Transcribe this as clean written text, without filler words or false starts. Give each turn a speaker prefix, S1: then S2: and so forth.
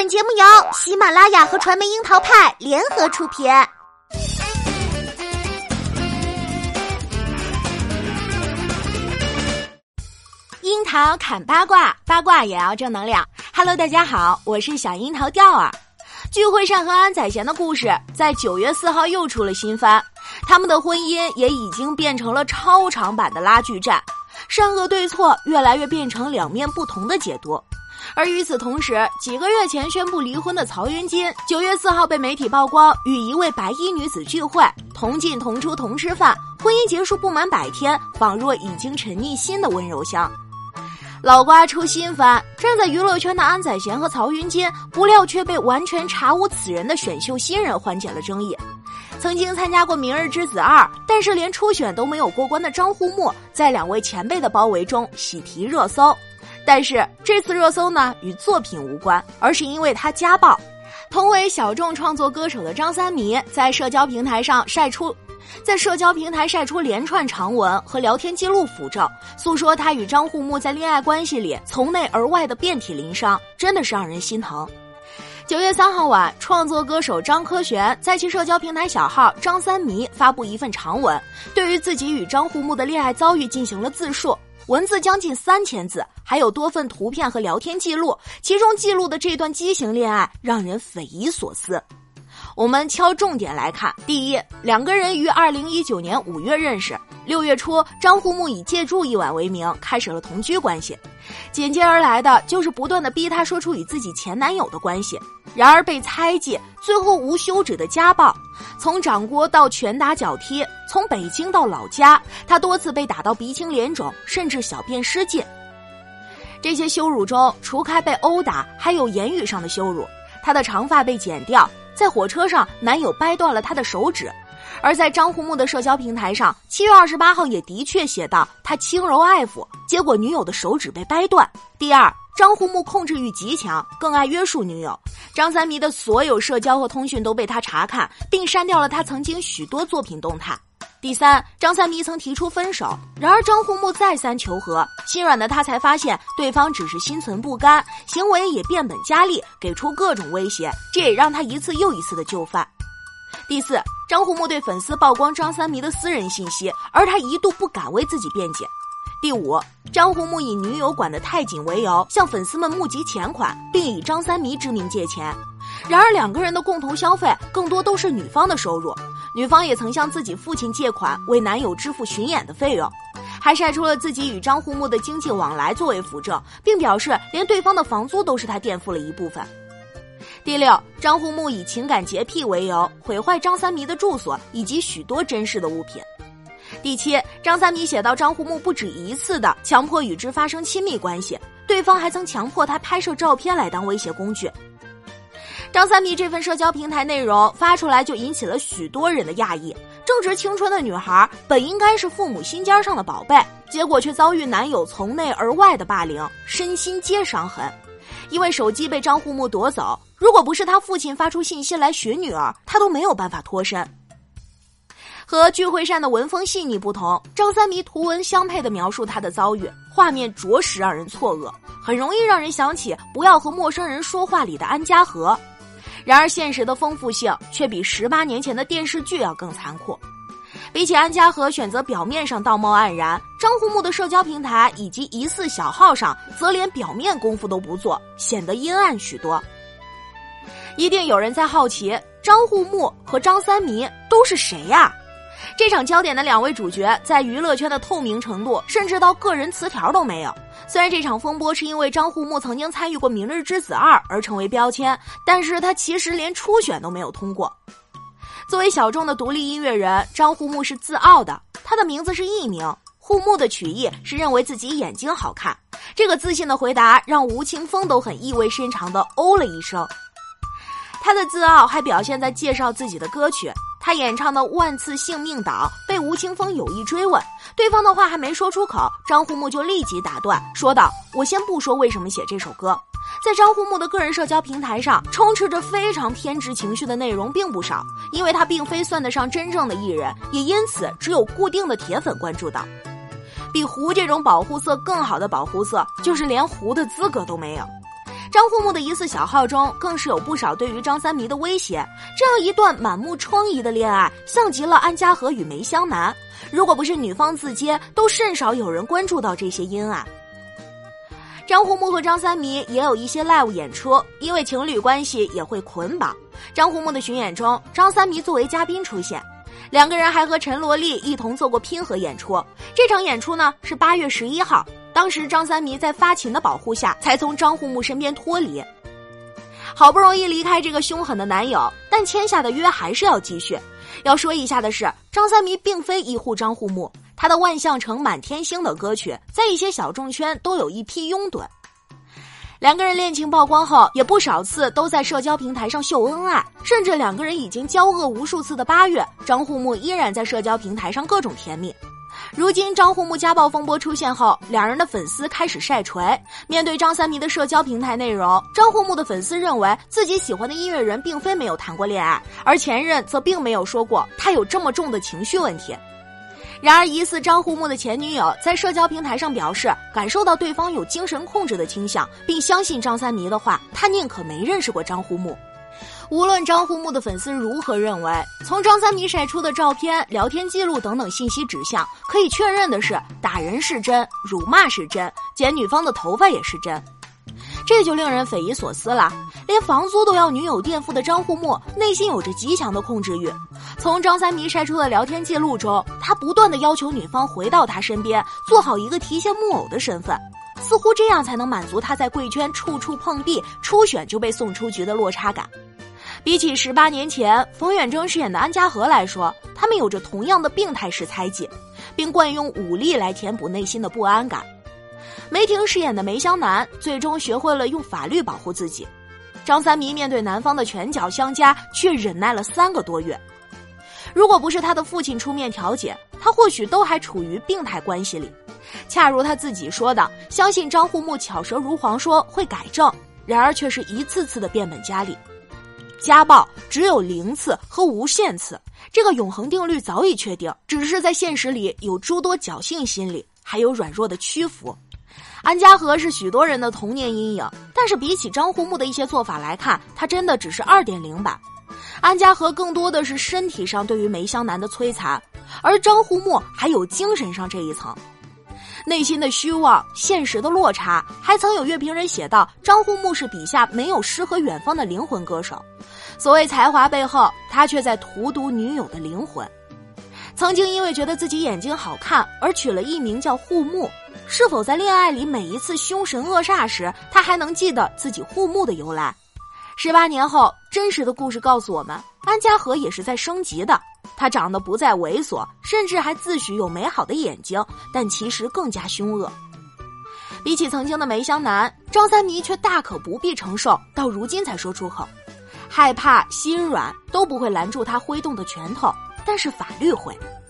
S1: 本节目由喜马拉雅和传媒樱桃派联合出品。樱桃砍八卦，八卦也要正能量。Hello， 大家好，我是小樱桃钓儿。聚会上和安宰贤的故事在9月4号又出了新番，他们的婚姻也已经变成了超长版的拉锯战，善恶对错越来越变成两面不同的解读。而与此同时，几个月前宣布离婚的曹云金9月4号被媒体曝光与一位白衣女子聚会，同进同出同吃饭，婚姻结束不满100天，仿若已经沉溺新的温柔乡。老瓜出新番，站在娱乐圈的安宰贤和曹云金不料却被完全查无此人的选秀新人缓解了争议。曾经参加过《明日之子2》，但是连初选都没有过关的张护木，在两位前辈的包围中喜提热搜。但是这次热搜呢，与作品无关，而是因为他家暴。同为小众创作歌手的张三米在社交平台晒出连串长文和聊天记录辅证，诉说他与张护木在恋爱关系里从内而外的遍体鳞伤，真的是让人心疼。9月3号晚，创作歌手张科璇在其社交平台小号张三米发布一份长文，对于自己与张护木的恋爱遭遇进行了自述，文字将近3000字，还有多份图片和聊天记录，其中记录的这段畸形恋爱让人匪夷所思。我们敲重点来看，第一，两个人于2019年5月认识，6月初张护木以借住一晚为名开始了同居关系，紧接而来的就是不断的逼他说出与自己前男友的关系，然而被猜忌，最后无休止的家暴，从掌掴到拳打脚踢，从北京到老家，他多次被打到鼻青脸肿，甚至小便失禁。这些羞辱中，除开被殴打，还有言语上的羞辱，他的长发被剪掉，在火车上男友掰断了他的手指，而在张护木的社交平台上7月28号也的确写道他轻柔爱抚，结果女友的手指被掰断。第二，张护木控制欲极强，更爱约束女友，张三米的所有社交和通讯都被他查看，并删掉了他曾经许多作品动态。第三，张三米曾提出分手，然而张护木再三求和，心软的他才发现对方只是心存不甘，行为也变本加厉，给出各种威胁，这也让他一次又一次的就范。第四，张护木对粉丝曝光张三米的私人信息，而他一度不敢为自己辩解。第五，张护木以女友管得太紧为由，向粉丝们募集钱款，并以张三米之名借钱。然而两个人的共同消费更多都是女方的收入，女方也曾向自己父亲借款为男友支付巡演的费用，还晒出了自己与张护木的经济往来作为辅证，并表示连对方的房租都是他垫付了一部分。第六，张护木以情感洁癖为由，毁坏张三米的住所以及许多珍视的物品。第七，张三米写到张护木不止一次的强迫与之发生亲密关系，对方还曾强迫他拍摄照片来当威胁工具。张三米这份社交平台内容发出来就引起了许多人的讶异，正值青春的女孩本应该是父母心尖上的宝贝，结果却遭遇男友从内而外的霸凌，身心皆伤痕。因为手机被张护木夺走，如果不是他父亲发出信息来寻女儿，他都没有办法脱身。和聚会上的文风细腻不同，张三米图文相配地描述他的遭遇，画面着实让人错愕，很容易让人想起不要和陌生人说话里的安家和。然而现实的丰富性却比18年前的电视剧要更残酷。比起安家和选择表面上道貌岸然，张护木的社交平台以及疑似小号上则连表面功夫都不做，显得阴暗许多。一定有人在好奇，张护木和张三米都是谁呀？这场焦点的两位主角在娱乐圈的透明程度甚至到个人词条都没有。虽然这场风波是因为张护木曾经参与过《明日之子2》而成为标签，但是他其实连初选都没有通过。作为小众的独立音乐人，张护木是自傲的，他的名字是艺名，护木的曲艺是认为自己眼睛好看。这个自信的回答让吴青峰都很意味深长地哦了一声。他的自傲还表现在介绍自己的歌曲，他演唱的《万次性命岛》被吴青峰有意追问，对方的话还没说出口，张护木就立即打断，说道：我先不说为什么写这首歌。在张护木的个人社交平台上，充斥着非常偏执情绪的内容并不少，因为他并非算得上真正的艺人，也因此只有固定的铁粉关注到。比糊这种保护色更好的保护色，就是连糊的资格都没有。 张护木的疑似小号中更是有不少对于张三迷的威胁。这样一段满目疮痍的恋爱，像极了安家和与梅湘南。如果不是女方自揭，都甚少有人关注到这些阴暗。张护木和张三迷也有一些 live 演出，因为情侣关系也会捆绑。张护木的巡演中，张三迷作为嘉宾出现，两个人还和陈萝莉一同做过拼合演出。这场演出呢是8月11号，当时张三迷在发情的保护下才从张护木身边脱离。好不容易离开这个凶狠的男友，但签下的约还是要继续。要说一下的是，张三迷并非依护张护木，他的《万象城满天星》的歌曲在一些小众圈都有一批拥趸。两个人恋情曝光后，也不少次都在社交平台上秀恩爱，甚至两个人已经交恶无数次的8月，张护木依然在社交平台上各种甜蜜。如今张护木家暴风波出现后，两人的粉丝开始晒锤。面对张三迷的社交平台内容，张护木的粉丝认为自己喜欢的音乐人并非没有谈过恋爱，而前任则并没有说过他有这么重的情绪问题。然而疑似张护木的前女友在社交平台上表示感受到对方有精神控制的倾向，并相信张三迷的话，他宁可没认识过张护木。无论张护木的粉丝如何认为，从张三迷晒出的照片、聊天记录等等信息指向，可以确认的是，打人是真，辱骂是真，剪女方的头发也是真。这就令人匪夷所思了，连房租都要女友垫付的张护木，内心有着极强的控制欲。从张三迷晒出的聊天记录中，他不断地要求女方回到他身边，做好一个提线木偶的身份，似乎这样才能满足他在贵圈处处碰壁、初选就被送出局的落差感。比起18年前冯远征饰演的安家和来说，他们有着同样的病态式猜忌，并惯用武力来填补内心的不安感。梅婷饰演的梅湘南最终学会了用法律保护自己，张三迷面对男方的拳脚相加，却忍耐了3个多月。如果不是他的父亲出面调解，他或许都还处于病态关系里。恰如他自己说的，相信张护木巧舌如簧说会改正，然而却是一次次的变本加厉。家暴只有0次和无限次，这个永恒定律早已确定，只是在现实里有诸多侥幸心理，还有软弱的屈服。安家和是许多人的童年阴影，但是比起张护木的一些做法来看，他真的只是 2.0 版。安家和更多的是身体上对于梅湘南的摧残，而张护木还有精神上这一层。内心的虚妄，现实的落差，还曾有乐评人写道，张护木是笔下没有诗和远方的灵魂歌手。所谓才华背后，他却在荼毒女友的灵魂。曾经因为觉得自己眼睛好看而取了艺名叫护木，是否在恋爱里每一次凶神恶煞时，他还能记得自己护木的由来？18年后，真实的故事告诉我们，安家和也是在升级的。他长得不再猥琐，甚至还自诩有美好的眼睛，但其实更加凶恶。比起曾经的梅湘南，张三迷却大可不必承受，到如今才说出口。害怕、心软都不会拦住他挥动的拳头，但是法律会。